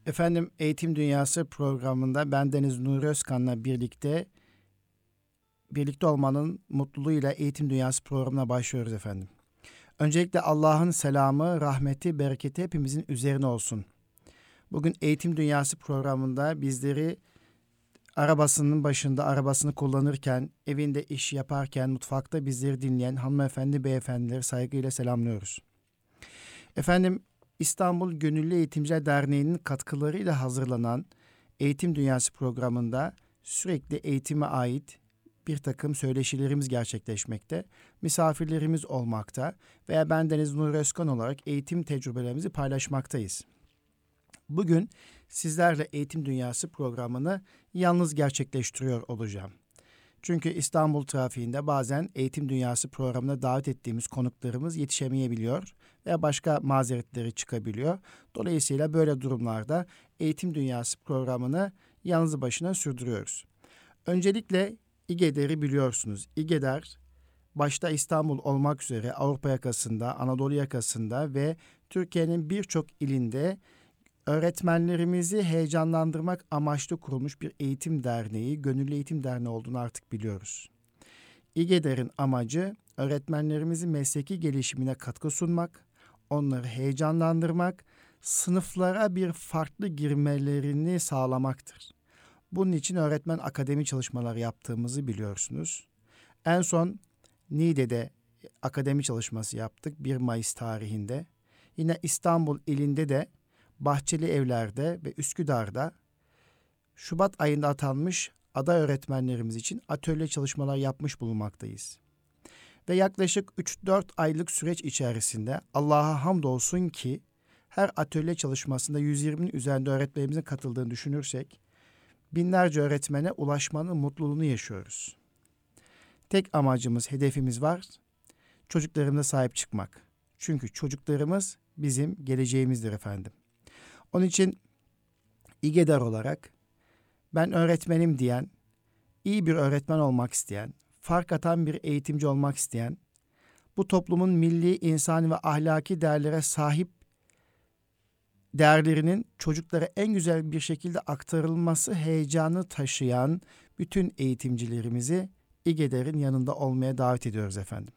Efendim Eğitim Dünyası programında bendeniz Nuri Özkan'la birlikte olmanın mutluluğuyla Eğitim Dünyası programına başlıyoruz efendim. Öncelikle Allah'ın selamı, rahmeti, bereketi hepimizin üzerine olsun. Bugün Eğitim Dünyası programında bizleri arabasının başında, arabasını kullanırken, evinde iş yaparken, mutfakta bizleri dinleyen hanımefendi, beyefendileri saygıyla selamlıyoruz. Efendim İstanbul Gönüllü Eğitimciler Derneği'nin katkılarıyla hazırlanan Eğitim Dünyası programında sürekli eğitime ait bir takım söyleşilerimiz gerçekleşmekte, misafirlerimiz olmakta veya bendeniz Nuri Özkan olarak eğitim tecrübelerimizi paylaşmaktayız. Bugün sizlerle Eğitim Dünyası programını yalnız gerçekleştiriyor olacağım. Çünkü İstanbul trafiğinde bazen Eğitim Dünyası programına davet ettiğimiz konuklarımız yetişemeyebiliyor veya başka mazeretleri çıkabiliyor. Dolayısıyla böyle durumlarda Eğitim Dünyası programını yalnız başına sürdürüyoruz. Öncelikle İGEDER'i biliyorsunuz. İGEDER başta İstanbul olmak üzere Avrupa yakasında, Anadolu yakasında ve Türkiye'nin birçok ilinde öğretmenlerimizi heyecanlandırmak amaçlı kurulmuş bir eğitim derneği, gönüllü eğitim derneği olduğunu artık biliyoruz. İGEDER'in amacı öğretmenlerimizin mesleki gelişimine katkı sunmak, onları heyecanlandırmak, sınıflara bir farklı girmelerini sağlamaktır. Bunun için öğretmen akademi çalışmaları yaptığımızı biliyorsunuz. En son Niğde'de akademi çalışması yaptık 1 Mayıs tarihinde. Yine İstanbul ilinde de Bahçeli Evler'de ve Üsküdar'da Şubat ayında atanmış aday öğretmenlerimiz için atölye çalışmalar yapmış bulunmaktayız. Ve yaklaşık 3-4 aylık süreç içerisinde Allah'a hamdolsun ki her atölye çalışmasında 120'nin üzerinde öğretmenimizin katıldığını düşünürsek binlerce öğretmene ulaşmanın mutluluğunu yaşıyoruz. Tek amacımız, hedefimiz var. Çocuklarımıza sahip çıkmak. Çünkü çocuklarımız bizim geleceğimizdir efendim. Onun için İGEDER olarak ben öğretmenim diyen, iyi bir öğretmen olmak isteyen, fark atan bir eğitimci olmak isteyen, bu toplumun milli, insani ve ahlaki değerlere sahip değerlerinin çocuklara en güzel bir şekilde aktarılması heyecanı taşıyan bütün eğitimcilerimizi İGEDER'in yanında olmaya davet ediyoruz efendim.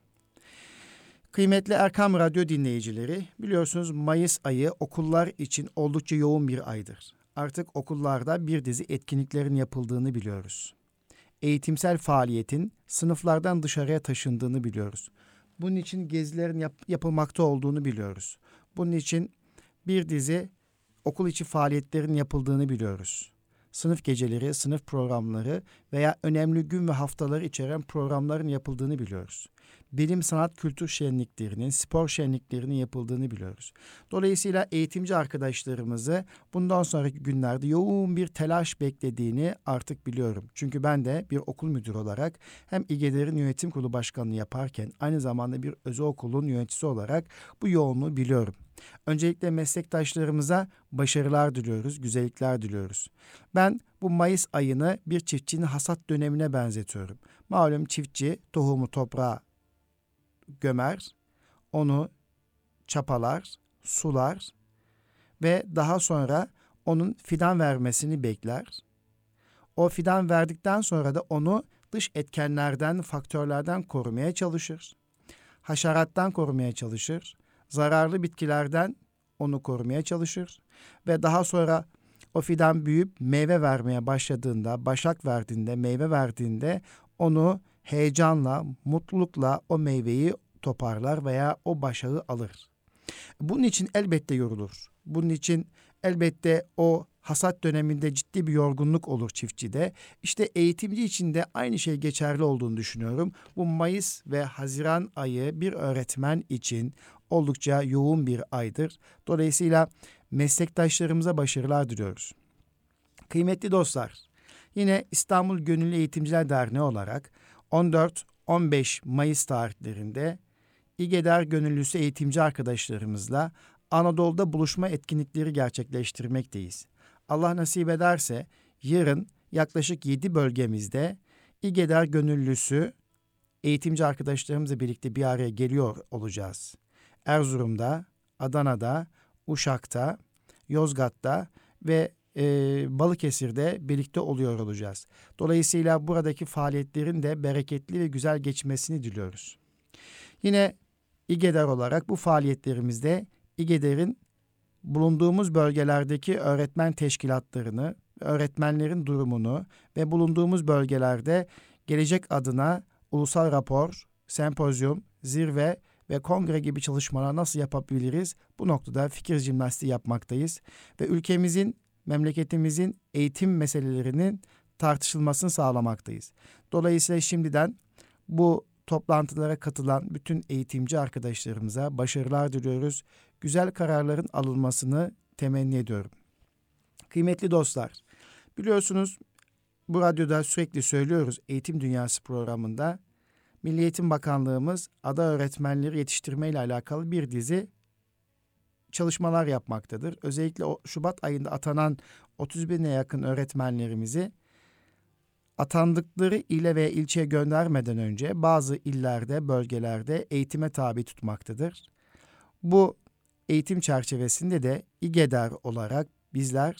Kıymetli Erkam Radyo dinleyicileri, biliyorsunuz Mayıs ayı okullar için oldukça yoğun bir aydır. Artık okullarda bir dizi etkinliklerin yapıldığını biliyoruz. Eğitimsel faaliyetin sınıflardan dışarıya taşındığını biliyoruz. Bunun için gezilerin yapılmakta olduğunu biliyoruz. Bunun için bir dizi okul içi faaliyetlerin yapıldığını biliyoruz. Sınıf geceleri, sınıf programları veya önemli gün ve haftaları içeren programların yapıldığını biliyoruz. Bilim, sanat, kültür şenliklerinin, spor şenliklerinin yapıldığını biliyoruz. Dolayısıyla eğitimci arkadaşlarımızı bundan sonraki günlerde yoğun bir telaş beklediğini artık biliyorum. Çünkü ben de bir okul müdürü olarak hem İGEDER'in yönetim kurulu başkanlığı yaparken aynı zamanda bir özel okulun yöneticisi olarak bu yoğunluğu biliyorum. Öncelikle meslektaşlarımıza başarılar diliyoruz, güzellikler diliyoruz. Ben bu Mayıs ayını bir çiftçinin hasat dönemine benzetiyorum. Malum çiftçi tohumu toprağa gömer, onu çapalar, sular ve daha sonra onun fidan vermesini bekler. O fidan verdikten sonra da onu dış etkenlerden, faktörlerden korumaya çalışır. Haşerattan korumaya çalışır. Zararlı bitkilerden onu korumaya çalışır. Ve daha sonra o fidan büyüyüp meyve vermeye başladığında, başak verdiğinde, meyve verdiğinde onu heyecanla, mutlulukla o meyveyi toparlar veya o başağı alır. Bunun için elbette yorulur. Bunun için elbette o hasat döneminde ciddi bir yorgunluk olur çiftçide. İşte eğitimci için de aynı şey geçerli olduğunu düşünüyorum. Bu Mayıs ve Haziran ayı bir öğretmen için oldukça yoğun bir aydır. Dolayısıyla meslektaşlarımıza başarılar diliyoruz. Kıymetli dostlar, yine İstanbul Gönüllü Eğitimciler Derneği olarak 14-15 Mayıs tarihlerinde İGEDER gönüllüsü eğitimci arkadaşlarımızla Anadolu'da buluşma etkinlikleri gerçekleştirmekteyiz. Allah nasip ederse yarın yaklaşık 7 bölgemizde İGEDER gönüllüsü eğitimci arkadaşlarımızla birlikte bir araya geliyor olacağız. Erzurum'da, Adana'da, Uşak'ta, Yozgat'ta ve Balıkesir'de birlikte oluyor olacağız. Dolayısıyla buradaki faaliyetlerin de bereketli ve güzel geçmesini diliyoruz. Yine İGEDER olarak bu faaliyetlerimizde İGEDER'in bulunduğumuz bölgelerdeki öğretmen teşkilatlarını, öğretmenlerin durumunu ve bulunduğumuz bölgelerde gelecek adına ulusal rapor, sempozyum, zirve ve kongre gibi çalışmalar nasıl yapabiliriz? Bu noktada fikir jimnastiği yapmaktayız ve ülkemizin, memleketimizin eğitim meselelerinin tartışılmasını sağlamaktayız. Dolayısıyla şimdiden bu toplantılara katılan bütün eğitimci arkadaşlarımıza başarılar diliyoruz. Güzel kararların alınmasını temenni ediyorum. Kıymetli dostlar, biliyorsunuz bu radyoda sürekli söylüyoruz, Eğitim Dünyası programında Milli Eğitim Bakanlığımız aday öğretmenleri yetiştirme ile alakalı bir dizi çalışmalar yapmaktadır. Özellikle Şubat ayında atanan 30 bine yakın öğretmenlerimizi atandıkları ile veya ilçeye göndermeden önce bazı illerde, bölgelerde eğitime tabi tutmaktadır. Bu eğitim çerçevesinde de İGEDER olarak bizler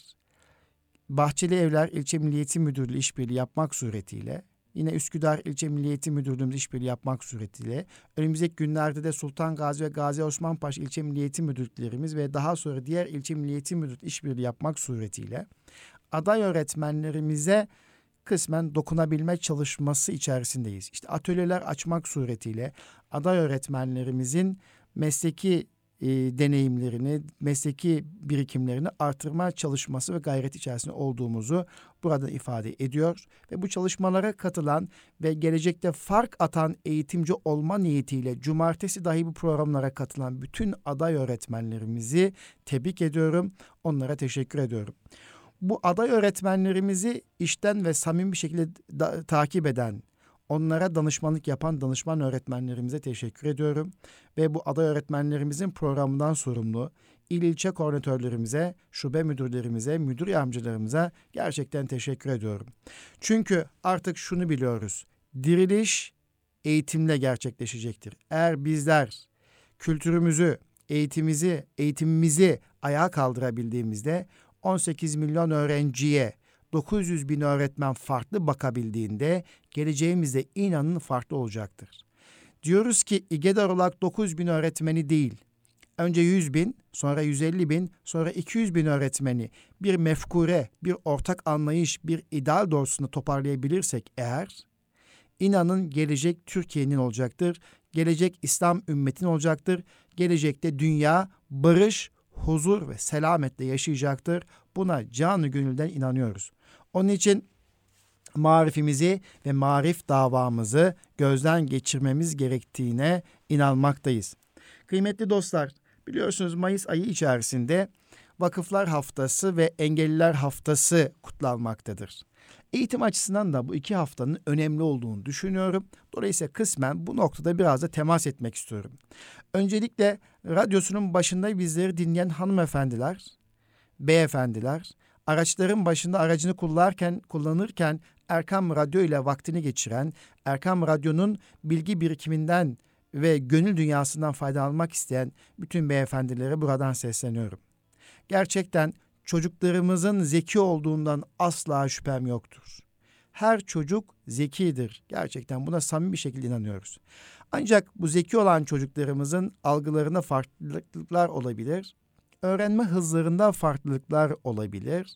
Bahçeli Evler İlçe Milli Eğitim Müdürlüğü işbirliği yapmak suretiyle, yine Üsküdar İlçe Milli Eğitim Müdürlüğümüz işbirliği yapmak suretiyle, önümüzdeki günlerde de Sultan Gazi ve Gazi Osman Paşa İlçe Milli Eğitim Müdürlüklerimiz ve daha sonra diğer İlçe Milli Eğitim Müdürlüğü işbirliği yapmak suretiyle aday öğretmenlerimize kısmen dokunabilme çalışması içerisindeyiz. İşte atölyeler açmak suretiyle aday öğretmenlerimizin mesleki deneyimlerini, mesleki birikimlerini artırma çalışması ve gayret içerisinde olduğumuzu burada ifade ediyor. Ve bu çalışmalara katılan ve gelecekte fark atan eğitimci olma niyetiyle cumartesi dahi bu programlara katılan bütün aday öğretmenlerimizi tebrik ediyorum. Onlara teşekkür ediyorum. Bu aday öğretmenlerimizi içten ve samimi bir şekilde takip eden, onlara danışmanlık yapan danışman öğretmenlerimize teşekkür ediyorum. Ve bu aday öğretmenlerimizin programından sorumlu il ilçe koordinatörlerimize, şube müdürlerimize, müdür yardımcılarımıza gerçekten teşekkür ediyorum. Çünkü artık şunu biliyoruz, diriliş eğitimle gerçekleşecektir. Eğer bizler kültürümüzü, eğitimimizi ayağa kaldırabildiğimizde 18 milyon öğrenciye 900 bin öğretmen farklı bakabildiğinde geleceğimizde inanın farklı olacaktır. Diyoruz ki İGEDER olarak 900 bin öğretmeni değil, önce 100 bin, sonra 150 bin, sonra 200 bin öğretmeni bir mefkure, bir ortak anlayış, bir ideal doğrultusunda toparlayabilirsek eğer, inanın gelecek Türkiye'nin olacaktır, gelecek İslam ümmetinin olacaktır, gelecekte dünya barış, huzur ve selametle yaşayacaktır. Buna canı gönülden inanıyoruz. Onun için marifimizi ve marif davamızı gözden geçirmemiz gerektiğine inanmaktayız. Kıymetli dostlar, biliyorsunuz Mayıs ayı içerisinde Vakıflar Haftası ve Engelliler Haftası kutlanmaktadır. Eğitim açısından da bu iki haftanın önemli olduğunu düşünüyorum. Dolayısıyla kısmen bu noktada biraz da temas etmek istiyorum. Öncelikle radyosunun başında bizleri dinleyen hanımefendiler, beyefendiler, araçların başında aracını kullanırken Erkam Radyo ile vaktini geçiren, Erkam Radyo'nun bilgi birikiminden ve gönül dünyasından faydalanmak isteyen bütün beyefendilere buradan sesleniyorum. Gerçekten çocuklarımızın zeki olduğundan asla şüphem yoktur. Her çocuk zekidir. Gerçekten buna samimi bir şekilde inanıyoruz. Ancak bu zeki olan çocuklarımızın algılarında farklılıklar olabilir. Öğrenme hızlarında farklılıklar olabilir.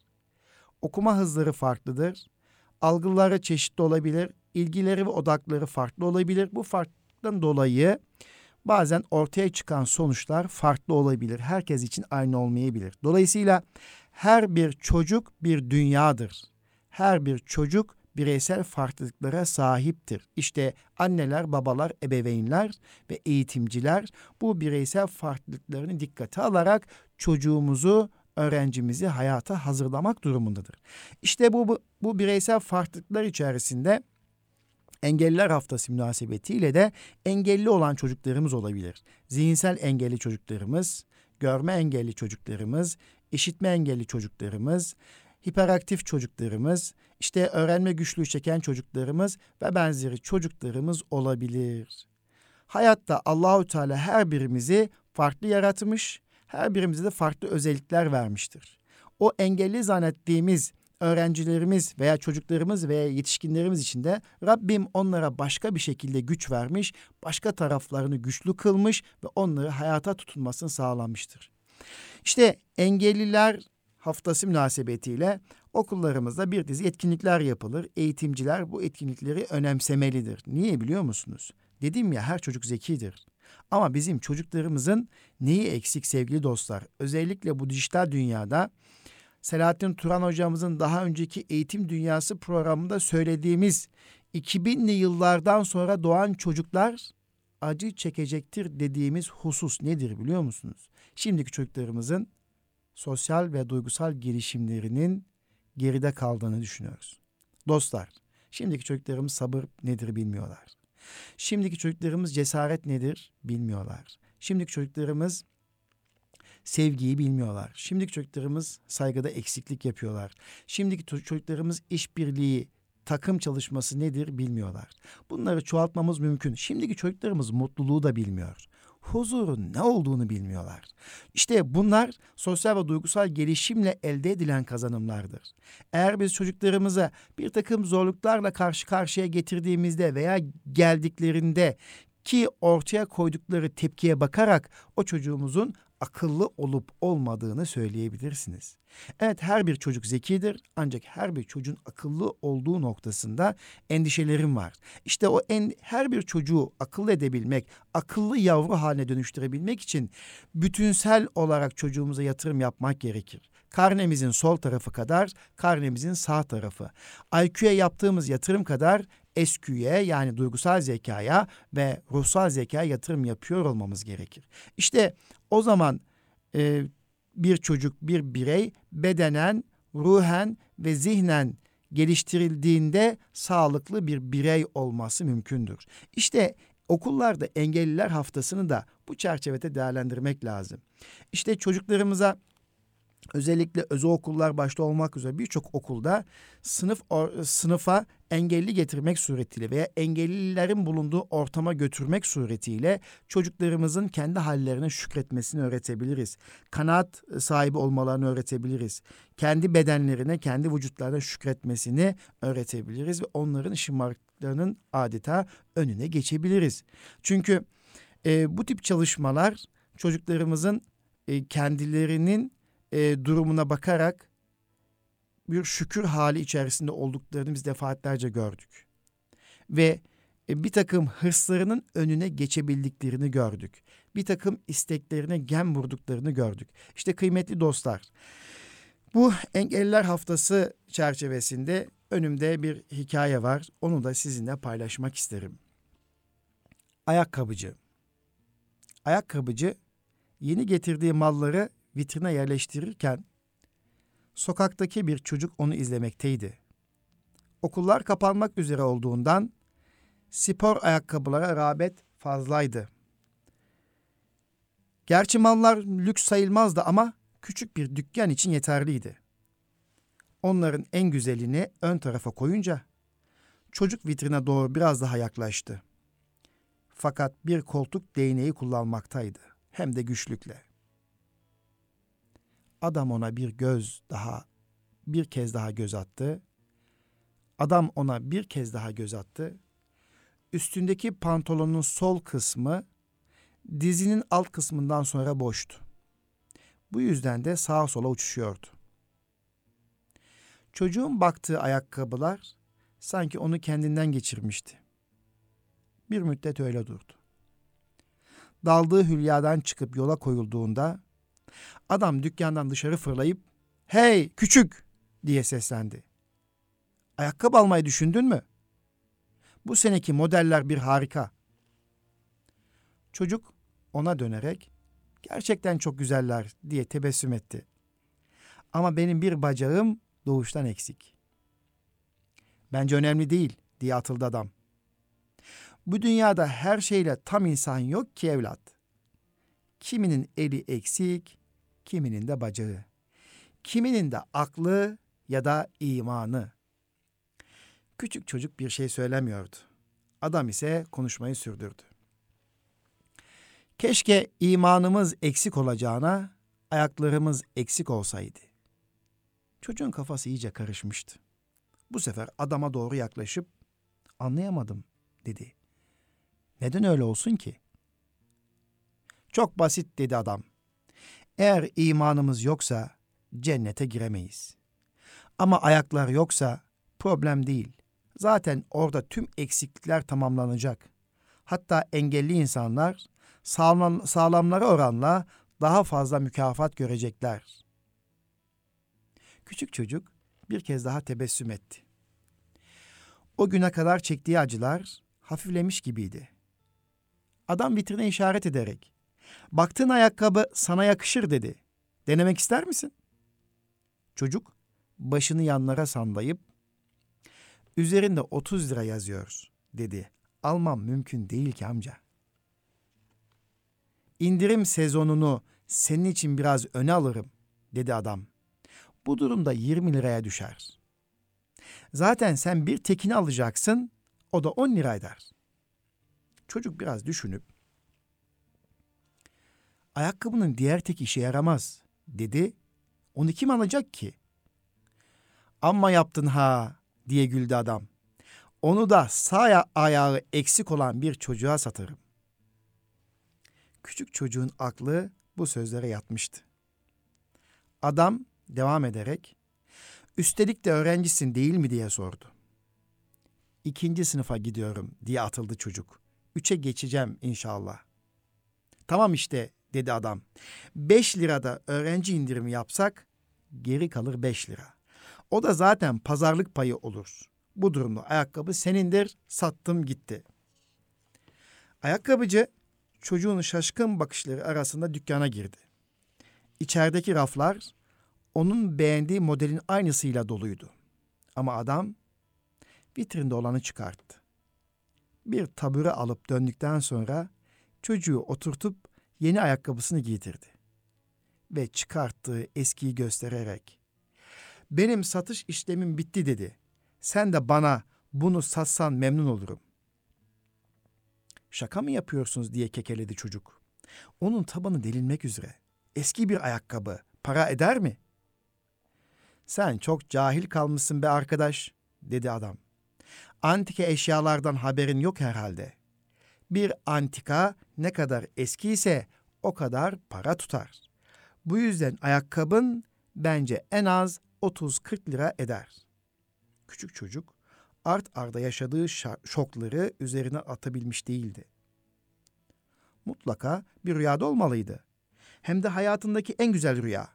Okuma hızları farklıdır. Algıları çeşitli olabilir. İlgileri ve odakları farklı olabilir. Bu farklılıktan dolayı bazen ortaya çıkan sonuçlar farklı olabilir. Herkes için aynı olmayabilir. Dolayısıyla her bir çocuk bir dünyadır. Her bir çocuk bireysel farklılıklara sahiptir. İşte anneler, babalar, ebeveynler ve eğitimciler bu bireysel farklılıklarını dikkate alarak çocuğumuzu, öğrencimizi hayata hazırlamak durumundadır. İşte bu bireysel farklılıklar içerisinde Engelliler Haftası münasebetiyle de engelli olan çocuklarımız olabilir. Zihinsel engelli çocuklarımız, görme engelli çocuklarımız, işitme engelli çocuklarımız, hiperaktif çocuklarımız, işte öğrenme güçlüğü çeken çocuklarımız ve benzeri çocuklarımız olabilir. Hayatta Allahu Teala her birimizi farklı yaratmış, her birimize de farklı özellikler vermiştir. o engelli zannettiğimiz öğrencilerimiz veya çocuklarımız veya yetişkinlerimiz için de Rabbim onlara başka bir şekilde güç vermiş, başka taraflarını güçlü kılmış ve onları hayata tutunmasını sağlamıştır. İşte engelliler haftası münasebetiyle okullarımızda bir dizi etkinlikler yapılır. Eğitimciler bu etkinlikleri önemsemelidir. Niye biliyor musunuz? Dedim ya, her çocuk zekidir. Ama bizim çocuklarımızın neyi eksik sevgili dostlar? Özellikle bu dijital dünyada Selahattin Turan hocamızın daha önceki Eğitim Dünyası programında söylediğimiz 2000'li yıllardan sonra doğan çocuklar acı çekecektir dediğimiz husus nedir biliyor musunuz? Şimdiki çocuklarımızın sosyal ve duygusal gelişimlerinin geride kaldığını düşünüyoruz. Dostlar, şimdiki çocuklarımız sabır nedir bilmiyorlar. Şimdiki çocuklarımız cesaret nedir bilmiyorlar. Şimdiki çocuklarımız sevgiyi bilmiyorlar. Şimdiki çocuklarımız saygıda eksiklik yapıyorlar. Şimdiki çocuklarımız işbirliği, takım çalışması nedir bilmiyorlar. Bunları çoğaltmamız mümkün. Şimdiki çocuklarımız mutluluğu da bilmiyor. Huzurun ne olduğunu bilmiyorlar. İşte bunlar sosyal ve duygusal gelişimle elde edilen kazanımlardır. Eğer biz çocuklarımıza bir takım zorluklarla karşı karşıya getirdiğimizde veya geldiklerinde ki ortaya koydukları tepkiye bakarak o çocuğumuzun akıllı olup olmadığını söyleyebilirsiniz. Evet, her bir çocuk zekidir ancak her bir çocuğun akıllı olduğu noktasında endişelerim var. İşte her bir çocuğu akıllı edebilmek, akıllı yavru haline dönüştürebilmek için bütünsel olarak çocuğumuza yatırım yapmak gerekir. Karnemizin sol tarafı kadar karnemizin sağ tarafı. IQ'ya yaptığımız yatırım kadar SQ'ye yani duygusal zekaya ve ruhsal zekaya yatırım yapıyor olmamız gerekir. İşte o zaman bir çocuk, bir birey bedenen, ruhen ve zihnen geliştirildiğinde sağlıklı bir birey olması mümkündür. İşte okullarda engelliler haftasını da bu çerçevede değerlendirmek lazım. İşte çocuklarımıza özellikle özel okullar başta olmak üzere birçok okulda sınıfa engelli getirmek suretiyle veya engellilerin bulunduğu ortama götürmek suretiyle çocuklarımızın kendi hallerine şükretmesini öğretebiliriz. Kanaat sahibi olmalarını öğretebiliriz. Kendi bedenlerine, kendi vücutlarına şükretmesini öğretebiliriz ve onların şımarıklarının adeta önüne geçebiliriz. Çünkü bu tip çalışmalar çocuklarımızın kendilerinin durumuna bakarak bir şükür hali içerisinde olduklarını biz defaatlerce gördük. Ve bir takım hırslarının önüne geçebildiklerini gördük. Bir takım isteklerine gem vurduklarını gördük. İşte kıymetli dostlar, bu Engelliler Haftası çerçevesinde önümde bir hikaye var. Onu da sizinle paylaşmak isterim. Ayakkabıcı. Ayakkabıcı yeni getirdiği malları vitrine yerleştirirken sokaktaki bir çocuk onu izlemekteydi. Okullar kapanmak üzere olduğundan spor ayakkabılara rağbet fazlaydı. Gerçi mallar lüks sayılmazdı ama küçük bir dükkan için yeterliydi. Onların en güzelini ön tarafa koyunca çocuk vitrine doğru biraz daha yaklaştı. Fakat bir koltuk değneği kullanmaktaydı. Hem de güçlükle. Adam ona bir kez daha göz attı. Adam ona bir kez daha göz attı. Üstündeki pantolonun sol kısmı dizinin alt kısmından sonra boştu. Bu yüzden de sağa sola uçuşuyordu. Çocuğun baktığı ayakkabılar sanki onu kendinden geçirmişti. Bir müddet öyle durdu. Daldığı hülyadan çıkıp yola koyulduğunda adam dükkandan dışarı fırlayıp "Hey küçük!" diye seslendi. "Ayakkabı almayı düşündün mü? Bu seneki modeller bir harika." Çocuk ona dönerek "Gerçekten çok güzeller" diye tebessüm etti. "Ama benim bir bacağım doğuştan eksik." "Bence önemli değil" diye atıldı adam. "Bu dünyada her şeyle tam insan yok ki evlat. Kiminin eli eksik, kiminin de bacağı. Kiminin de aklı ya da imanı." Küçük çocuk bir şey söylemiyordu. Adam ise konuşmayı sürdürdü. "Keşke imanımız eksik olacağına ayaklarımız eksik olsaydı. Çocuğun kafası iyice karışmıştı. Bu sefer adama doğru yaklaşıp anlayamadım dedi. Neden öyle olsun ki? Çok basit dedi adam. Eğer imanımız yoksa cennete giremeyiz. Ama ayaklar yoksa problem değil. Zaten orada tüm eksiklikler tamamlanacak. Hatta engelli insanlar sağlamlara oranla daha fazla mükafat görecekler. Küçük çocuk bir kez daha tebessüm etti. O güne kadar çektiği acılar hafiflemiş gibiydi. Adam vitrine işaret ederek, "Baktığın ayakkabı sana yakışır," dedi. "Denemek ister misin?" Çocuk başını yanlara sallayıp, "Üzerinde 30 lira yazıyor," dedi. "Almam mümkün değil ki amca." "İndirim sezonunu senin için biraz öne alırım," dedi adam. "Bu durumda 20 liraya düşer. Zaten sen bir tekini alacaksın, o da 10 lira eder." Çocuk biraz düşünüp, "Ayakkabının diğer tek işe yaramaz," dedi. "Onu kim alacak ki?" "Amma yaptın ha," diye güldü adam. "Onu da sağ ayağı eksik olan bir çocuğa satarım." Küçük çocuğun aklı bu sözlere yatmıştı. Adam devam ederek, "Üstelik de öğrencisin değil mi?" diye sordu. "2. sınıfa gidiyorum," diye atıldı çocuk. "3'e geçeceğim inşallah." "Tamam işte," dedi adam. 5 lirada öğrenci indirimi yapsak geri kalır 5 lira. O da zaten pazarlık payı olur. Bu durumda ayakkabı senindir, sattım gitti." Ayakkabıcı çocuğun şaşkın bakışları arasında dükkana girdi. İçerideki raflar onun beğendiği modelin aynısıyla doluydu. Ama adam vitrinde olanı çıkarttı. Bir tabure alıp döndükten sonra çocuğu oturtup yeni ayakkabısını giydirdi. Ve çıkarttığı eskiyi göstererek, "Benim satış işlemim bitti," dedi. "Sen de bana bunu satsan memnun olurum." "Şaka mı yapıyorsunuz?" diye kekeledi çocuk. "Onun tabanı delinmek üzere. Eski bir ayakkabı para eder mi?" "Sen çok cahil kalmışsın be arkadaş," dedi adam. "Antika eşyalardan haberin yok herhalde. Bir antika ne kadar eskiyse o kadar para tutar. Bu yüzden ayakkabın bence en az 30-40 lira eder." Küçük çocuk art arda yaşadığı şokları üzerine atabilmiş değildi. Mutlaka bir rüyada olmalıydı. Hem de hayatındaki en güzel rüya.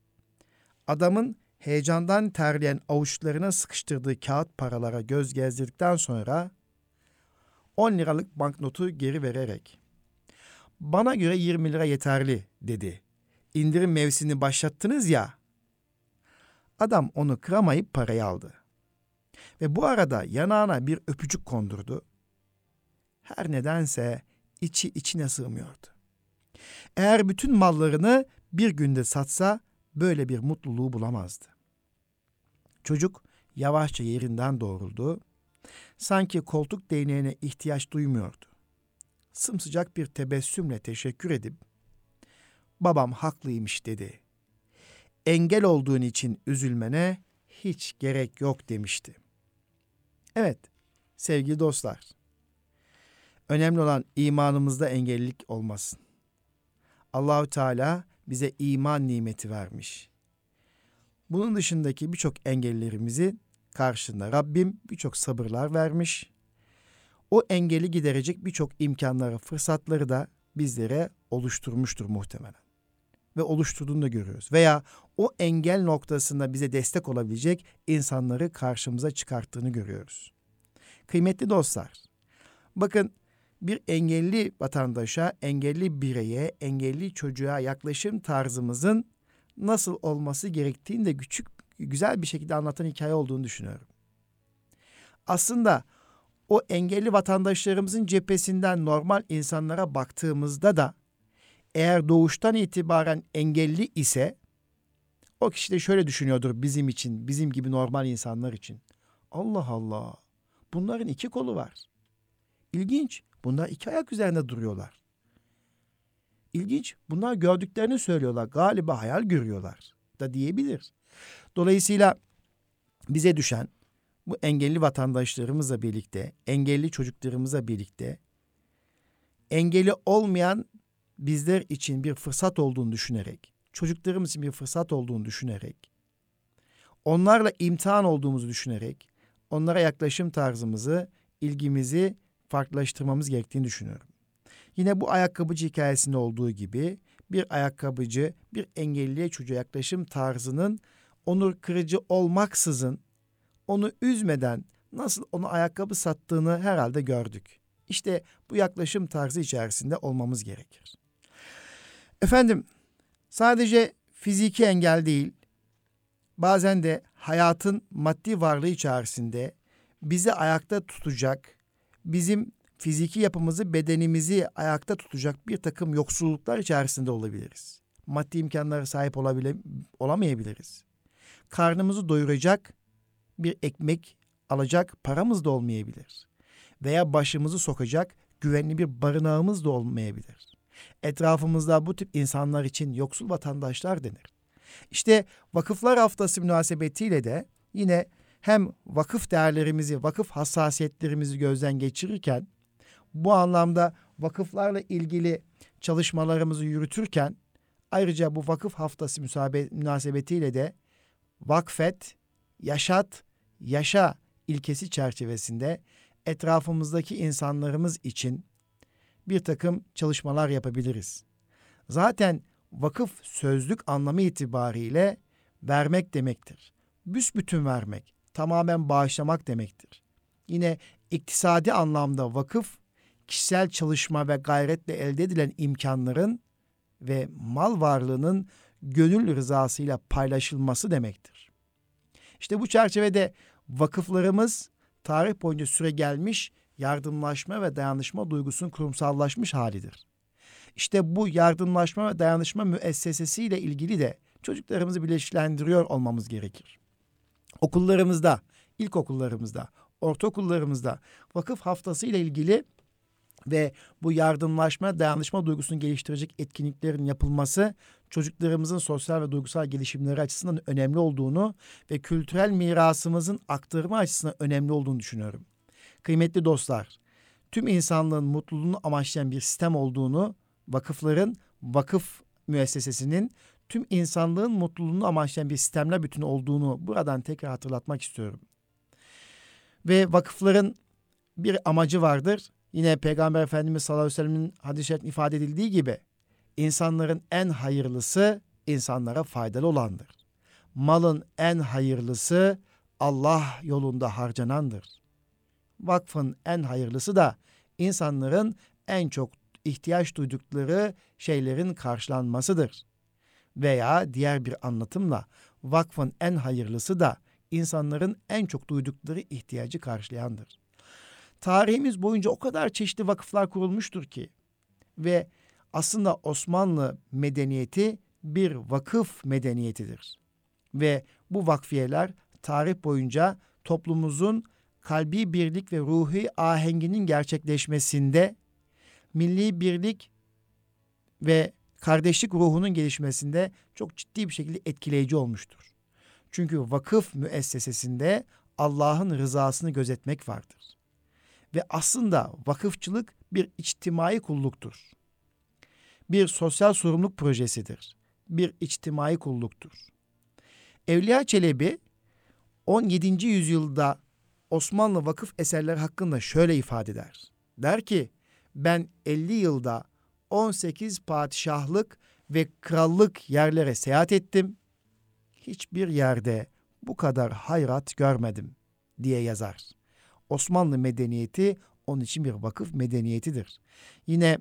Adamın heyecandan terleyen avuçlarına sıkıştırdığı kağıt paralara göz gezdirdikten sonra 10 liralık banknotu geri vererek, "Bana göre 20 lira yeterli," dedi. "İndirim mevsimini başlattınız ya." Adam onu kıramayıp parayı aldı. Ve bu arada yanağına bir öpücük kondurdu. Her nedense içi içine sığmıyordu. Eğer bütün mallarını bir günde satsa böyle bir mutluluğu bulamazdı. Çocuk yavaşça yerinden doğruldu. Sanki koltuk değneğine ihtiyaç duymuyordu. Sımsıcak bir tebessümle teşekkür edip, "Babam haklıymış," dedi. "Engel olduğun için üzülmene hiç gerek yok," demişti. Evet, sevgili dostlar, önemli olan imanımızda engellilik olmasın. Allahu Teala bize iman nimeti vermiş. Bunun dışındaki birçok engellerimizi karşısında Rabbim birçok sabırlar vermiş. O engeli giderecek birçok imkanları, fırsatları da bizlere oluşturmuştur muhtemelen. Ve oluşturduğunu da görüyoruz. Veya o engel noktasında bize destek olabilecek insanları karşımıza çıkarttığını görüyoruz. Kıymetli dostlar, bakın, bir engelli vatandaşa, engelli bireye, engelli çocuğa yaklaşım tarzımızın nasıl olması gerektiğini de güzel bir şekilde anlatan hikaye olduğunu düşünüyorum. Aslında o engelli vatandaşlarımızın cephesinden normal insanlara baktığımızda da eğer doğuştan itibaren engelli ise o kişi de şöyle düşünüyordur bizim için, bizim gibi normal insanlar için. Allah Allah, bunların 2 kolu var. İlginç, bunlar 2 ayak üzerinde duruyorlar. İlginç, bunlar gördüklerini söylüyorlar, galiba hayal görüyorlar da diyebilir. Dolayısıyla bize düşen bu engelli vatandaşlarımızla birlikte, engelli çocuklarımızla birlikte, engeli olmayan bizler için bir fırsat olduğunu düşünerek, çocuklarımız için bir fırsat olduğunu düşünerek, onlarla imtihan olduğumuzu düşünerek, onlara yaklaşım tarzımızı, ilgimizi farklılaştırmamız gerektiğini düşünüyorum. Yine bu ayakkabıcı hikayesinde olduğu gibi bir ayakkabıcı bir engelliye çocuğa yaklaşım tarzının onur kırıcı olmaksızın, onu üzmeden nasıl ona ayakkabı sattığını herhalde gördük. İşte bu yaklaşım tarzı içerisinde olmamız gerekir. Efendim, sadece fiziki engel değil, bazen de hayatın maddi varlığı içerisinde bizi ayakta tutacak, bizim fiziki yapımızı, bedenimizi ayakta tutacak bir takım yoksulluklar içerisinde olabiliriz. Maddi imkanlara sahip olamayabiliriz. Karnımızı doyuracak bir ekmek alacak paramız da olmayabilir. Veya başımızı sokacak güvenli bir barınağımız da olmayabilir. Etrafımızda bu tip insanlar için yoksul vatandaşlar denir. İşte Vakıflar Haftası münasebetiyle de yine hem vakıf değerlerimizi, vakıf hassasiyetlerimizi gözden geçirirken, bu anlamda vakıflarla ilgili çalışmalarımızı yürütürken, ayrıca bu Vakıf Haftası münasebetiyle de vakfet, yaşat, yaşa ilkesi çerçevesinde etrafımızdaki insanlarımız için bir takım çalışmalar yapabiliriz. Zaten vakıf sözlük anlamı itibariyle vermek demektir. Büsbütün vermek, tamamen bağışlamak demektir. Yine iktisadi anlamda vakıf, kişisel çalışma ve gayretle elde edilen imkanların ve mal varlığının gönül rızasıyla paylaşılması demektir. İşte bu çerçevede vakıflarımız tarih boyunca süregelmiş yardımlaşma ve dayanışma duygusunun kurumsallaşmış halidir. İşte bu yardımlaşma ve dayanışma müessesesiyle ilgili de çocuklarımızı bilinçlendiriyor olmamız gerekir. Okullarımızda, ilkokullarımızda, ortaokullarımızda vakıf haftası ile ilgili ve bu yardımlaşma, dayanışma duygusunu geliştirecek etkinliklerin yapılması çocuklarımızın sosyal ve duygusal gelişimleri açısından önemli olduğunu ve kültürel mirasımızın aktarımı açısından önemli olduğunu düşünüyorum. Kıymetli dostlar, tüm insanlığın mutluluğunu amaçlayan bir sistem olduğunu, vakıfların, vakıf müessesesinin tüm insanlığın mutluluğunu amaçlayan bir sistemler bütünü olduğunu buradan tekrar hatırlatmak istiyorum. Ve vakıfların bir amacı vardır. Yine Peygamber Efendimiz sallallahu aleyhi ve sellem'in hadis-i şerifinde ifade edildiği gibi insanların en hayırlısı insanlara faydalı olandır. Malın en hayırlısı Allah yolunda harcanandır. Vakfın en hayırlısı da insanların en çok ihtiyaç duydukları şeylerin karşılanmasıdır. Veya diğer bir anlatımla vakfın en hayırlısı da insanların en çok duydukları ihtiyacı karşılayandır. Tarihimiz boyunca o kadar çeşitli vakıflar kurulmuştur ki ve aslında Osmanlı medeniyeti bir vakıf medeniyetidir. Ve bu vakfiyeler tarih boyunca toplumumuzun kalbi birlik ve ruhi ahenginin gerçekleşmesinde, milli birlik ve kardeşlik ruhunun gelişmesinde çok ciddi bir şekilde etkileyici olmuştur. Çünkü vakıf müessesesinde Allah'ın rızasını gözetmek vardır. Ve aslında vakıfçılık bir içtimai kulluktur. Bir sosyal sorumluluk projesidir. Bir içtimai kulluktur. Evliya Çelebi 17. yüzyılda Osmanlı vakıf eserleri hakkında şöyle ifade eder. Der ki, ben 50 yılda 18 padişahlık ve krallık yerlere seyahat ettim. Hiçbir yerde bu kadar hayrat görmedim diye yazar. Osmanlı medeniyeti onun için bir vakıf medeniyetidir. Yine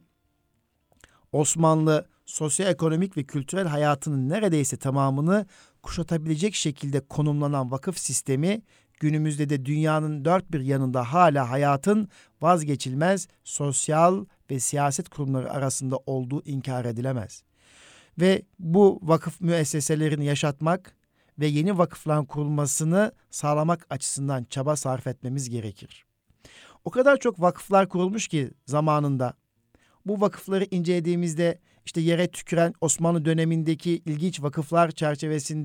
Osmanlı sosyoekonomik ve kültürel hayatının neredeyse tamamını kuşatabilecek şekilde konumlanan vakıf sistemi günümüzde de dünyanın dört bir yanında hala hayatın vazgeçilmez sosyal ve siyaset kurumları arasında olduğu inkar edilemez. Ve bu vakıf müesseselerini yaşatmak ve yeni vakıfların kurulmasını sağlamak açısından çaba sarf etmemiz gerekir. O kadar çok vakıflar kurulmuş ki zamanında. Bu vakıfları incelediğimizde işte yere tüküren Osmanlı dönemindeki ilginç vakıflar çerçevesinde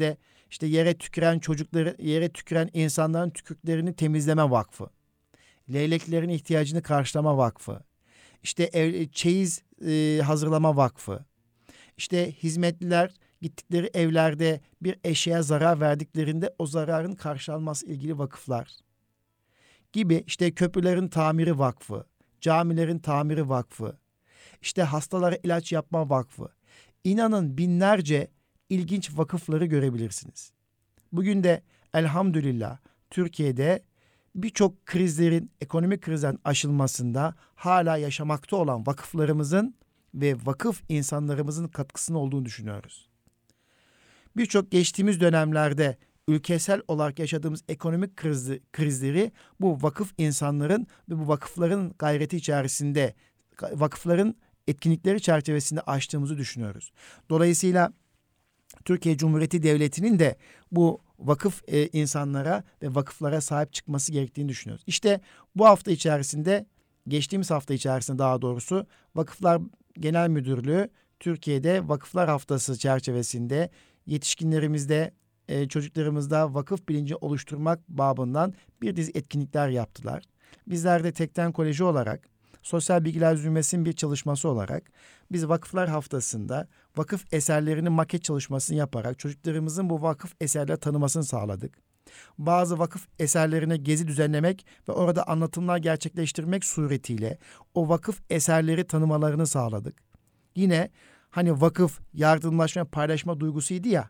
işte yere tüküren insanların tükürüklerini temizleme vakfı, leyleklerin ihtiyacını karşılama vakfı, işte çeyiz hazırlama vakfı, işte hizmetliler gittikleri evlerde bir eşeğe zarar verdiklerinde o zararın karşılanması ilgili vakıflar gibi, işte köprülerin tamiri vakfı, camilerin tamiri vakfı, işte hastalara ilaç yapma vakfı. İnanın binlerce ilginç vakıfları görebilirsiniz. Bugün de elhamdülillah Türkiye'de birçok krizlerin, ekonomik krizden aşılmasında hala yaşamakta olan vakıflarımızın ve vakıf insanlarımızın katkısının olduğunu düşünüyoruz. Birçok geçtiğimiz dönemlerde ülkesel olarak yaşadığımız ekonomik krizleri bu vakıf insanların ve bu vakıfların gayreti içerisinde, vakıfların etkinlikleri çerçevesinde aştığımızı düşünüyoruz. Dolayısıyla Türkiye Cumhuriyeti Devleti'nin de bu vakıf insanlara ve vakıflara sahip çıkması gerektiğini düşünüyoruz. İşte bu hafta içerisinde, geçtiğimiz hafta içerisinde daha doğrusu, Vakıflar Genel Müdürlüğü Türkiye'de Vakıflar Haftası çerçevesinde yetişkinlerimizde, çocuklarımızda vakıf bilinci oluşturmak babından bir dizi etkinlikler yaptılar. Bizler de Tekten Koleji olarak, Sosyal Bilgiler Zümresi'nin bir çalışması olarak biz Vakıflar Haftası'nda vakıf eserlerinin maket çalışmasını yaparak çocuklarımızın bu vakıf eserleri tanımasını sağladık. Bazı vakıf eserlerine gezi düzenlemek ve orada anlatımlar gerçekleştirmek suretiyle o vakıf eserleri tanımalarını sağladık. Yine hani vakıf yardımlaşma ve paylaşma duygusuydu ya,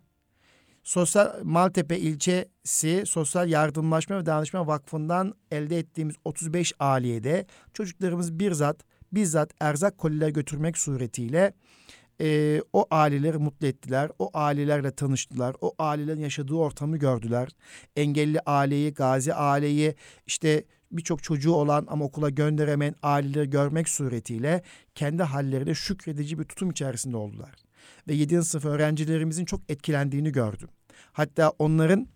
Maltepe ilçesi Sosyal Yardımlaşma ve Dayanışma Vakfı'ndan elde ettiğimiz 35 ailede çocuklarımız bizzat erzak koliler götürmek suretiyle o aileleri mutlu ettiler. O ailelerle tanıştılar. O ailelerin yaşadığı ortamı gördüler. Engelli aileyi, gazi aileyi, işte birçok çocuğu olan ama okula gönderemeyen aileleri görmek suretiyle kendi hallerine şükredici bir tutum içerisinde oldular. Ve 7. sınıf öğrencilerimizin çok etkilendiğini gördüm. Hatta onların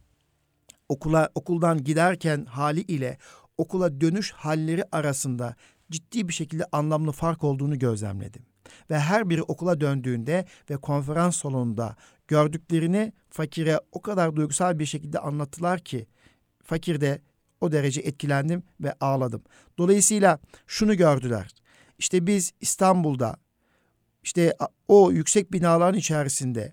okuldan giderken hali ile okula dönüş halleri arasında ciddi bir şekilde anlamlı fark olduğunu gözlemledim. Ve her biri okula döndüğünde ve konferans salonunda gördüklerini fakire o kadar duygusal bir şekilde anlattılar ki fakir de o derece etkilendim ve ağladım. Dolayısıyla şunu gördüler. İşte biz İstanbul'da, işte o yüksek binaların içerisinde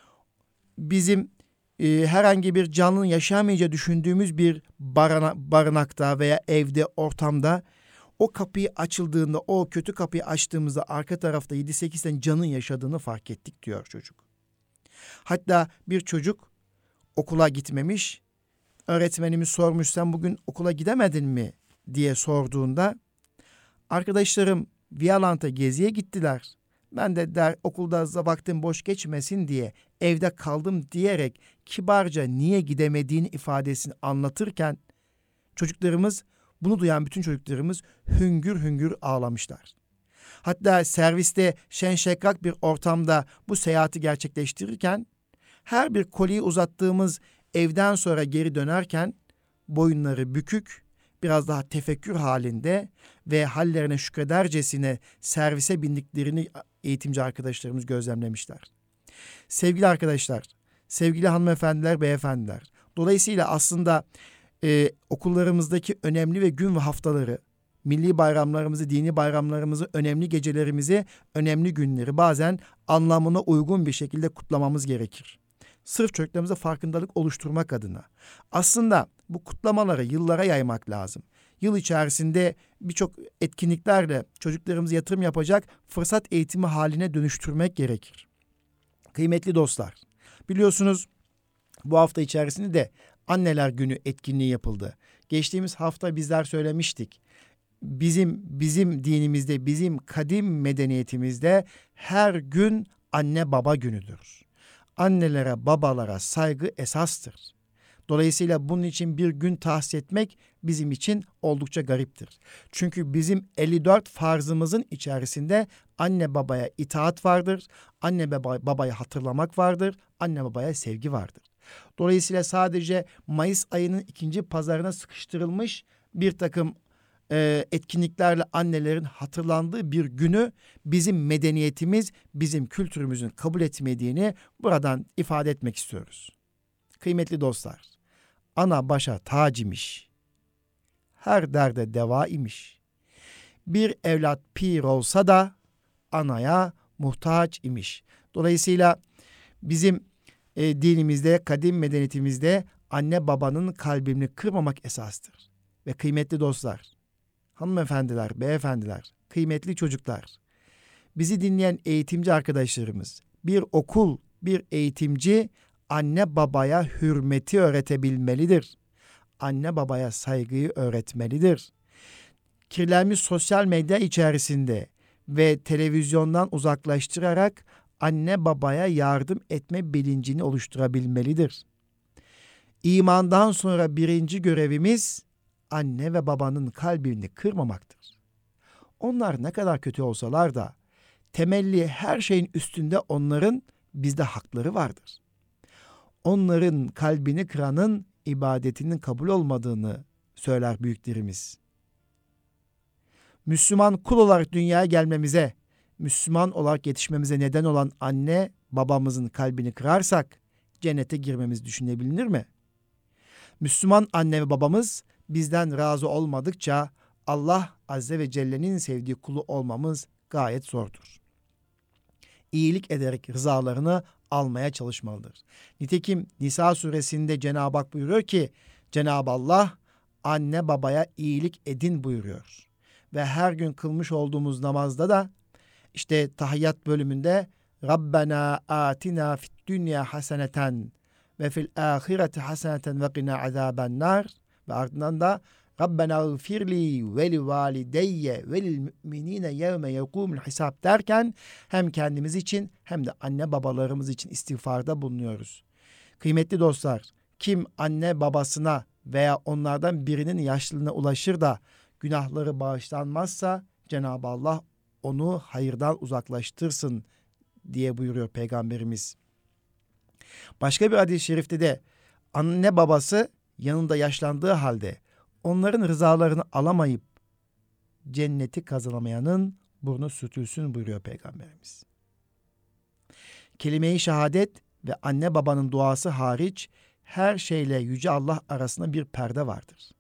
bizim herhangi bir canlının yaşayamayacağı düşündüğümüz bir barınakta veya evde, ortamda o kapıyı açıldığında, o kötü kapıyı açtığımızda arka tarafta 7-8 tane canın yaşadığını fark ettik diyor çocuk. Hatta bir çocuk okula gitmemiş, öğretmenimiz sormuş, sen bugün okula gidemedin mi diye sorduğunda, arkadaşlarım Vialant'a geziye gittiler. Ben de okulda vaktim boş geçmesin diye evde kaldım diyerek kibarca niye gidemediğini ifadesini anlatırken çocuklarımız, bunu duyan bütün çocuklarımız hüngür hüngür ağlamışlar. Hatta serviste şen şakrak bir ortamda bu seyahati gerçekleştirirken her bir koliyi uzattığımız evden sonra geri dönerken boyunları bükük, biraz daha tefekkür halinde ve hallerine şükredercesine servise bindiklerini eğitimci arkadaşlarımız gözlemlemişler. Sevgili arkadaşlar, sevgili hanımefendiler, beyefendiler, dolayısıyla aslında okullarımızdaki önemli ve gün ve haftaları, milli bayramlarımızı, dini bayramlarımızı, önemli gecelerimizi, önemli günleri bazen anlamına uygun bir şekilde kutlamamız gerekir. Sırf çocuklarımıza farkındalık oluşturmak adına. Aslında bu kutlamaları yıllara yaymak lazım. Yıl içerisinde birçok etkinliklerle çocuklarımıza yatırım yapacak fırsat eğitimi haline dönüştürmek gerekir. Kıymetli dostlar, biliyorsunuz bu hafta içerisinde de Anneler Günü etkinliği yapıldı. Geçtiğimiz hafta bizler söylemiştik. Bizim dinimizde, bizim kadim medeniyetimizde her gün anne baba günüdür. Annelere, babalara saygı esastır. Dolayısıyla bunun için bir gün tahsis etmek bizim için oldukça gariptir. Çünkü bizim 54 farzımızın içerisinde anne babaya itaat vardır, anne babayı hatırlamak vardır, anne babaya sevgi vardır. Dolayısıyla sadece Mayıs ayının 2. pazarına sıkıştırılmış bir takım etkinliklerle annelerin hatırlandığı bir günü bizim medeniyetimiz, bizim kültürümüzün kabul etmediğini buradan ifade etmek istiyoruz. Kıymetli dostlar, ana başa tac imiş, her derde deva imiş. Bir evlat pir olsa da anaya muhtaç imiş. Dolayısıyla bizim dinimizde, kadim medeniyetimizde anne babanın kalbini kırmamak esastır. Ve kıymetli dostlar, hanımefendiler, beyefendiler, kıymetli çocuklar, bizi dinleyen eğitimci arkadaşlarımız, bir okul, bir eğitimci anne babaya hürmeti öğretebilmelidir. Anne babaya saygıyı öğretmelidir. Kirlenmiş sosyal medya içerisinde ve televizyondan uzaklaştırarak anne babaya yardım etme bilincini oluşturabilmelidir. İmandan sonra birinci görevimiz anne ve babanın kalbini kırmamaktır. Onlar ne kadar kötü olsalar da temelli her şeyin üstünde onların bizde hakları vardır. Onların kalbini kıranın ibadetinin kabul olmadığını söyler büyüklerimiz. Müslüman kul olarak dünyaya gelmemize, Müslüman olarak yetişmemize neden olan anne babamızın kalbini kırarsak cennete girmemiz düşünebilir mi? Müslüman anne ve babamız bizden razı olmadıkça Allah Azze ve Celle'nin sevdiği kulu olmamız gayet zordur. İyilik ederek rızalarını almaya çalışmalıdır. Nitekim Nisa suresinde Cenab-ı Hak buyuruyor ki Cenab-ı Allah anne babaya iyilik edin buyuruyor. Ve her gün kılmış olduğumuz namazda da işte tahiyyat bölümünde Rabbena atina fid dünya haseneten ve fil ahireti haseneten ve qina azabennar ve ardından da Rabbena gfirli ve li valideyye ve lil müminine yevme yekumul hisab derken hem kendimiz için hem de anne babalarımız için istiğfarda bulunuyoruz. Kıymetli dostlar, kim anne babasına veya onlardan birinin yaşlılığına ulaşır da günahları bağışlanmazsa Cenab-ı Allah onu hayırdan uzaklaştırsın diye buyuruyor Peygamberimiz. Başka bir hadis-i şerifte de anne babası yanında yaşlandığı halde onların rızalarını alamayıp cenneti kazanamayanın burnu sürtülsün buyuruyor Peygamberimiz. Kelime-i şehadet ve anne babanın duası hariç her şeyle Yüce Allah arasında bir perde vardır.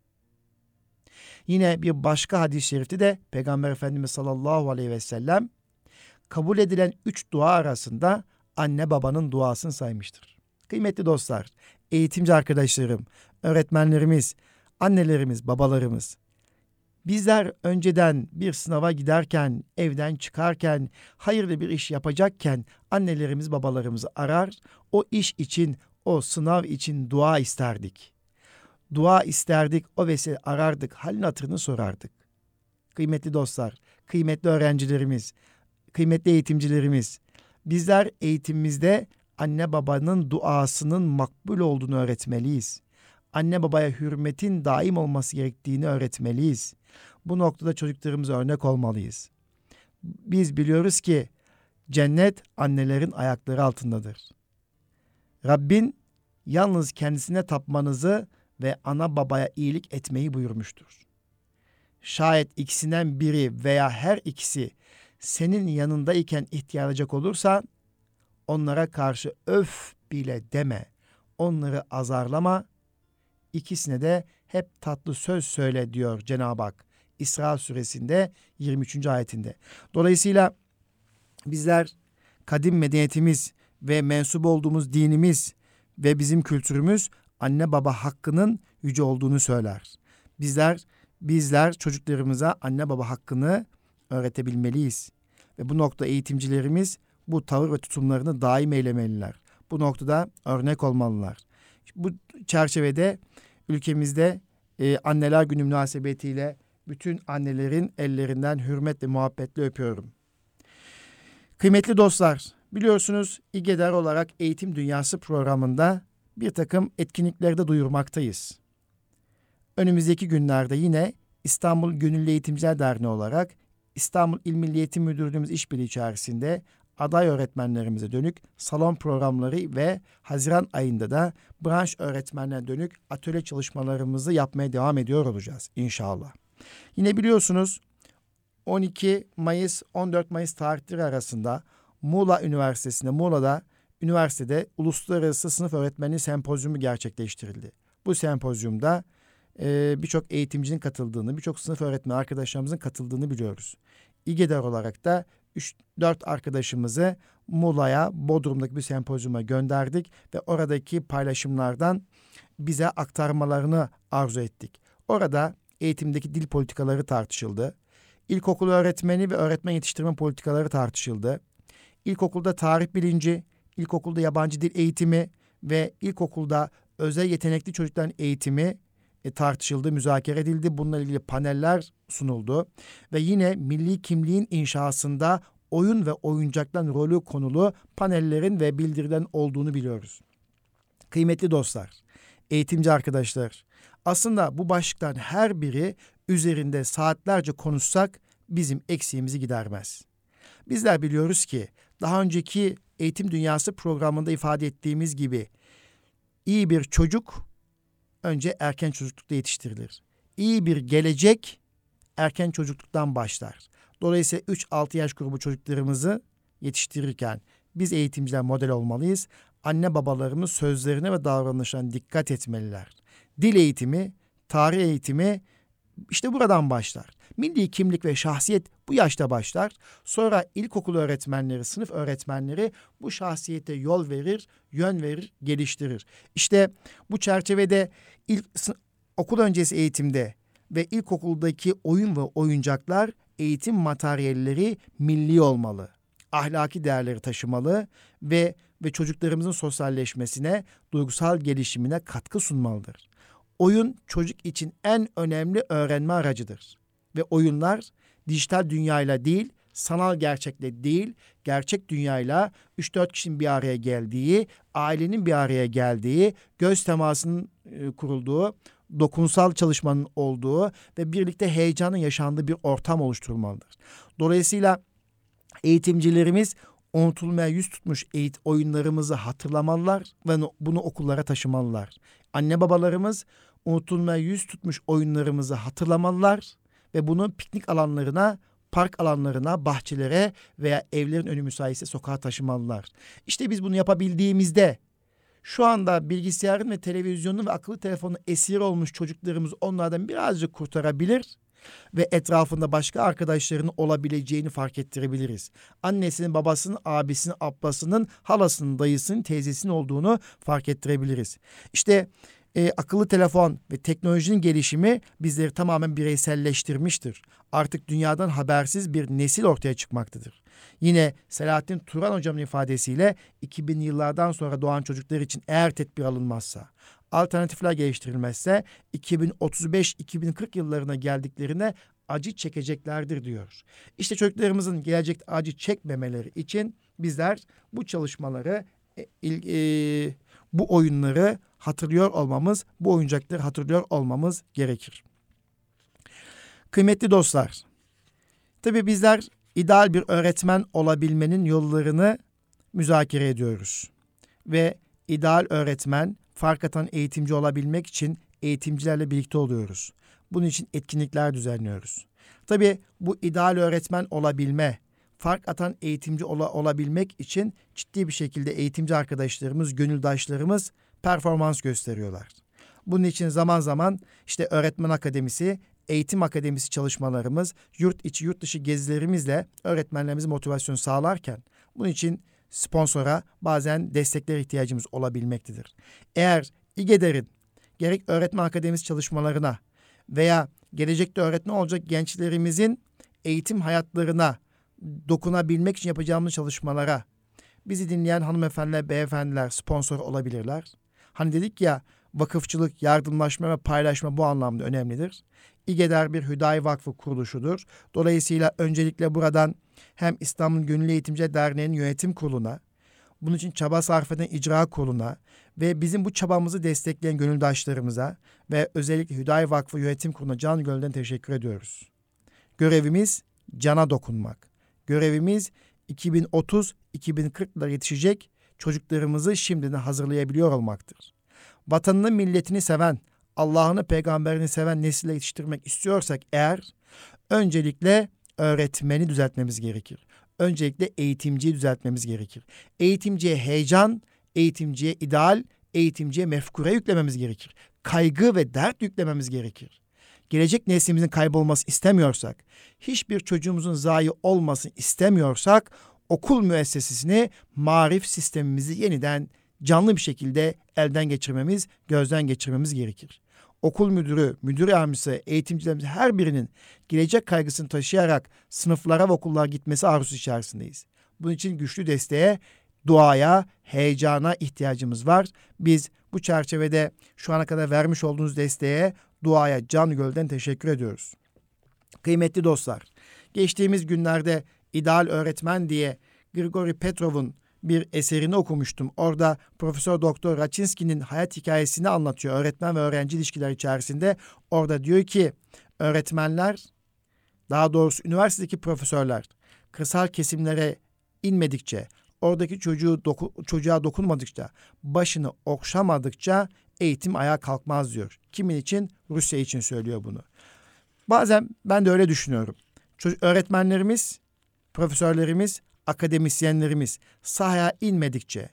Yine bir başka hadis-i şerifte de Peygamber Efendimiz sallallahu aleyhi ve sellem kabul edilen 3 dua arasında anne babanın duasını saymıştır. Kıymetli dostlar, eğitimci arkadaşlarım, öğretmenlerimiz, annelerimiz, babalarımız, bizler önceden bir sınava giderken, evden çıkarken, hayırlı bir iş yapacakken annelerimiz, babalarımızı arar, o iş için, o sınav için dua isterdik. Dua isterdik, o vesile arardık, halini hatırını sorardık. Kıymetli dostlar, kıymetli öğrencilerimiz, kıymetli eğitimcilerimiz, bizler eğitimimizde anne babanın duasının makbul olduğunu öğretmeliyiz. Anne babaya hürmetin daim olması gerektiğini öğretmeliyiz. Bu noktada çocuklarımıza örnek olmalıyız. Biz biliyoruz ki cennet annelerin ayakları altındadır. Rabbin yalnız kendisine tapmanızı ve ana babaya iyilik etmeyi buyurmuştur. Şayet ikisinden biri veya her ikisi senin yanındayken ihtiyacak olursa onlara karşı öf bile deme, onları azarlama, ikisine de hep tatlı söz söyle diyor Cenab-ı Hak İsra suresinde 23. ayetinde. Dolayısıyla bizler kadim medeniyetimiz ve mensup olduğumuz dinimiz ve bizim kültürümüz anne baba hakkının yüce olduğunu söyler. Bizler çocuklarımıza anne baba hakkını öğretebilmeliyiz. Ve bu nokta eğitimcilerimiz bu tavır ve tutumlarını daim eylemeliler. Bu noktada örnek olmalılar. Bu çerçevede ülkemizde Anneler Günü münasebetiyle bütün annelerin ellerinden hürmetle, muhabbetle öpüyorum. Kıymetli dostlar, biliyorsunuz İGEDER olarak Eğitim Dünyası programında bir takım etkinlikleri de duyurmaktayız. Önümüzdeki günlerde yine İstanbul Gönüllü Eğitimciler Derneği olarak İstanbul İl Milli Eğitim Müdürlüğümüz işbirliği içerisinde aday öğretmenlerimize dönük salon programları ve Haziran ayında da branş öğretmenlerine dönük atölye çalışmalarımızı yapmaya devam ediyor olacağız inşallah. Yine biliyorsunuz 12 Mayıs 14 Mayıs tarihleri arasında Muğla Üniversitesi'nde Muğla'da üniversitede Uluslararası Sınıf Öğretmenliği Sempozyumu gerçekleştirildi. Bu sempozyumda birçok eğitimcinin katıldığını, birçok sınıf öğretmeni arkadaşlarımızın katıldığını biliyoruz. İGEDER olarak da 3-4 arkadaşımızı Muğla'ya, Bodrum'daki bir sempozyuma gönderdik ve oradaki paylaşımlardan bize aktarmalarını arzu ettik. Orada eğitimdeki dil politikaları tartışıldı. İlkokul öğretmeni ve öğretmen yetiştirme politikaları tartışıldı. İlkokulda tarih bilinci, ilkokulda yabancı dil eğitimi ve ilkokulda özel yetenekli çocukların eğitimi tartışıldı, müzakere edildi. Bununla ilgili paneller sunuldu. Ve yine milli kimliğin inşasında oyun ve oyuncakların rolü konulu panellerin ve bildirilen olduğunu biliyoruz. Kıymetli dostlar, eğitimci arkadaşlar, aslında bu başlıkların her biri üzerinde saatlerce konuşsak bizim eksiğimizi gidermez. Bizler biliyoruz ki daha önceki Eğitim Dünyası programında ifade ettiğimiz gibi iyi bir çocuk önce erken çocuklukta yetiştirilir. İyi bir gelecek erken çocukluktan başlar. Dolayısıyla 3-6 yaş grubu çocuklarımızı yetiştirirken biz eğitimciler model olmalıyız. Anne babalarımız sözlerine ve davranışlarına dikkat etmeliler. Dil eğitimi, tarih eğitimi işte buradan başlar. Milli kimlik ve şahsiyet bu yaşta başlar. Sonra ilkokul öğretmenleri, sınıf öğretmenleri bu şahsiyete yol verir, yön verir, geliştirir. İşte bu çerçevede okul öncesi eğitimde ve ilkokuldaki oyun ve oyuncaklar eğitim materyalleri milli olmalı. Ahlaki değerleri taşımalı ve çocuklarımızın sosyalleşmesine, duygusal gelişimine katkı sunmalıdır. Oyun çocuk için en önemli öğrenme aracıdır. Ve oyunlar dijital dünyayla değil, sanal gerçekle değil, gerçek dünyayla 3-4 kişinin bir araya geldiği, ailenin bir araya geldiği, göz temasının kurulduğu, dokunsal çalışmanın olduğu ve birlikte heyecanın yaşandığı bir ortam oluşturulmalıdır. Dolayısıyla eğitimcilerimiz unutulmaya yüz tutmuş oyunlarımızı hatırlamalılar ve bunu okullara taşımalılar. Anne babalarımız unutulmaya yüz tutmuş oyunlarımızı hatırlamalılar ve bunu piknik alanlarına, park alanlarına, bahçelere veya evlerin önü müsaitse sokağa taşımalılar. İşte biz bunu yapabildiğimizde şu anda bilgisayarın ve televizyonun ve akıllı telefonun esiri olmuş çocuklarımız onlardan birazcık kurtarabilir ve etrafında başka arkadaşlarının olabileceğini fark ettirebiliriz. Annesinin, babasının, abisinin, ablasının, halasının, dayısının, teyzesinin olduğunu fark ettirebiliriz. İşte akıllı telefon ve teknolojinin gelişimi bizleri tamamen bireyselleştirmiştir. Artık dünyadan habersiz bir nesil ortaya çıkmaktadır. Yine Selahattin Turan hocamın ifadesiyle 2000'li yıllardan sonra doğan çocuklar için eğer tedbir alınmazsa, alternatifler geliştirilmezse 2035-2040 yıllarına geldiklerine acı çekeceklerdir diyor. İşte çocuklarımızın gelecekte acı çekmemeleri için bizler bu çalışmaları, bu oyunları hatırlıyor olmamız, bu oyuncakları hatırlıyor olmamız gerekir. Kıymetli dostlar, tabii bizler ideal bir öğretmen olabilmenin yollarını müzakere ediyoruz. Ve ideal öğretmen, fark atan eğitimci olabilmek için eğitimcilerle birlikte oluyoruz. Bunun için etkinlikler düzenliyoruz. Tabii bu ideal öğretmen olabilme, fark atan eğitimci olabilmek için ciddi bir şekilde eğitimci arkadaşlarımız, gönüldaşlarımız performans gösteriyorlar. Bunun için zaman zaman işte öğretmen akademisi, eğitim akademisi çalışmalarımız, yurt içi yurt dışı gezilerimizle öğretmenlerimize motivasyon sağlarken bunun için sponsora bazen desteklere ihtiyacımız olabilmektedir. Eğer İGEDER'in gerek öğretmen akademisi çalışmalarına veya gelecekte öğretmen olacak gençlerimizin eğitim hayatlarına dokunabilmek için yapacağımız çalışmalara bizi dinleyen hanımefendiler, beyefendiler sponsor olabilirler. Hani dedik ya, vakıfçılık, yardımlaşma ve paylaşma bu anlamda önemlidir. İGEDER bir Hüdayi Vakfı kuruluşudur. Dolayısıyla öncelikle buradan hem İstanbul Gönüllü Eğitimciler Derneği'nin yönetim kuruluna, bunun için çaba sarf eden icra kuruluna ve bizim bu çabamızı destekleyen gönüldaşlarımıza ve özellikle Hüdayi Vakfı yönetim kuruluna can gönülden teşekkür ediyoruz. Görevimiz cana dokunmak. Görevimiz 2030-2040'lara yetişecek çocuklarımızı şimdiden hazırlayabiliyor olmaktır. Vatanını, milletini seven, Allah'ını, peygamberini seven nesille yetiştirmek istiyorsak eğer, öncelikle öğretmeni düzeltmemiz gerekir. öncelikle eğitimciyi düzeltmemiz gerekir. Eğitimciye heyecan, eğitimciye ideal, eğitimciye mefkure yüklememiz gerekir. Kaygı ve dert yüklememiz gerekir. Gelecek neslimizin kaybolması istemiyorsak, hiçbir çocuğumuzun zayi olmasını istemiyorsak, okul müessesesini, marif sistemimizi yeniden canlı bir şekilde elden geçirmemiz, gözden geçirmemiz gerekir. Okul müdürü, müdür yardımcısı, eğitimcilerimiz her birinin gelecek kaygısını taşıyarak sınıflara ve okullara gitmesi arzusu içerisindeyiz. Bunun için güçlü desteğe, duaya, heyecana ihtiyacımız var. Biz bu çerçevede şu ana kadar vermiş olduğunuz desteğe, duaya can gölden teşekkür ediyoruz. Kıymetli dostlar, geçtiğimiz günlerde İdeal Öğretmen diye Grigori Petrov'un bir eserini okumuştum. Orada Profesör Doktor Raczynski'nin hayat hikayesini anlatıyor öğretmen ve öğrenci ilişkiler içerisinde. Orada diyor ki öğretmenler, daha doğrusu üniversitedeki profesörler kırsal kesimlere inmedikçe, oradaki çocuğa dokunmadıkça, başını okşamadıkça eğitim ayağa kalkmaz diyor. Kimin için? Rusya için söylüyor bunu. Bazen ben de öyle düşünüyorum. Öğretmenlerimiz, profesörlerimiz, akademisyenlerimiz sahaya inmedikçe,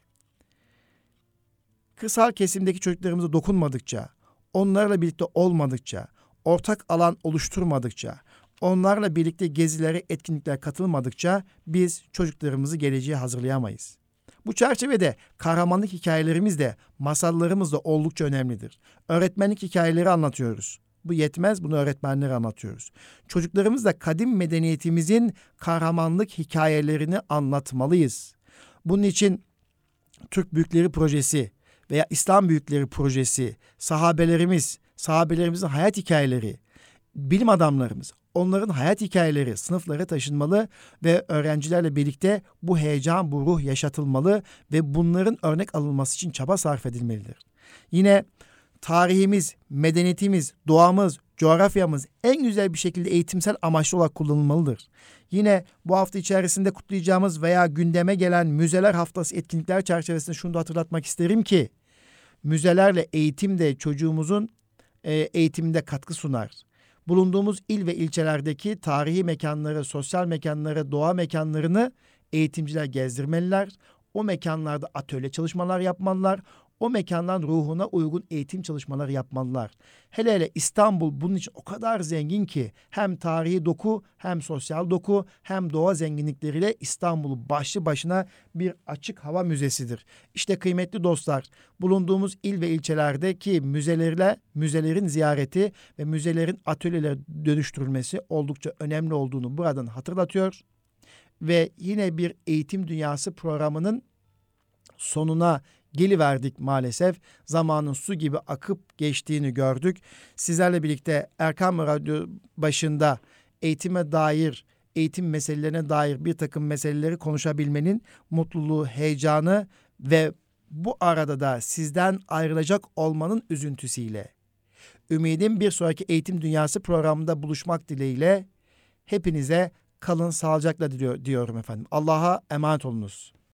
kırsal kesimdeki çocuklarımıza dokunmadıkça, onlarla birlikte olmadıkça, ortak alan oluşturmadıkça, onlarla birlikte gezilere, etkinliklere katılmadıkça biz çocuklarımızı geleceğe hazırlayamayız. Bu çerçevede kahramanlık hikayelerimiz de, masallarımız da oldukça önemlidir. Öğretmenlik hikayeleri anlatıyoruz. Bu yetmez, bunu öğretmenlere anlatıyoruz. Çocuklarımız da kadim medeniyetimizin kahramanlık hikayelerini anlatmalıyız. Bunun için Türk Büyükleri Projesi veya İslam Büyükleri Projesi, sahabelerimizin hayat hikayeleri, bilim adamlarımız, onların hayat hikayeleri sınıflara taşınmalı ve öğrencilerle birlikte bu heyecan, bu ruh yaşatılmalı ve bunların örnek alınması için çaba sarf edilmelidir. Yine tarihimiz, medeniyetimiz, doğamız, coğrafyamız en güzel bir şekilde eğitimsel amaçlı olarak kullanılmalıdır. Yine bu hafta içerisinde kutlayacağımız veya gündeme gelen Müzeler Haftası etkinlikler çerçevesinde şunu da hatırlatmak isterim ki, müzelerle eğitim de çocuğumuzun eğitiminde katkı sunar. Bulunduğumuz il ve ilçelerdeki tarihi mekanları, sosyal mekanları, doğa mekanlarını eğitimciler gezdirmeliler. O mekanlarda atölye çalışmalar yapmalılar. O mekanların ruhuna uygun eğitim çalışmaları yapmalılar. Hele hele İstanbul bunun için o kadar zengin ki hem tarihi doku, hem sosyal doku, hem doğa zenginlikleriyle İstanbul başlı başına bir açık hava müzesidir. İşte kıymetli dostlar, bulunduğumuz il ve ilçelerdeki müzelerin ziyareti ve müzelerin atölyelere dönüştürülmesi oldukça önemli olduğunu buradan hatırlatıyor. Ve yine bir eğitim dünyası programının sonuna geliverdik maalesef. Zamanın su gibi akıp geçtiğini gördük. Sizlerle birlikte Erkam Radyo başında eğitime dair, eğitim meselelerine dair bir takım meseleleri konuşabilmenin mutluluğu, heyecanı ve bu arada da sizden ayrılacak olmanın üzüntüsüyle, ümidim bir sonraki Eğitim Dünyası programında buluşmak dileğiyle hepinize kalın sağlıcakla diyorum efendim. Allah'a emanet olunuz.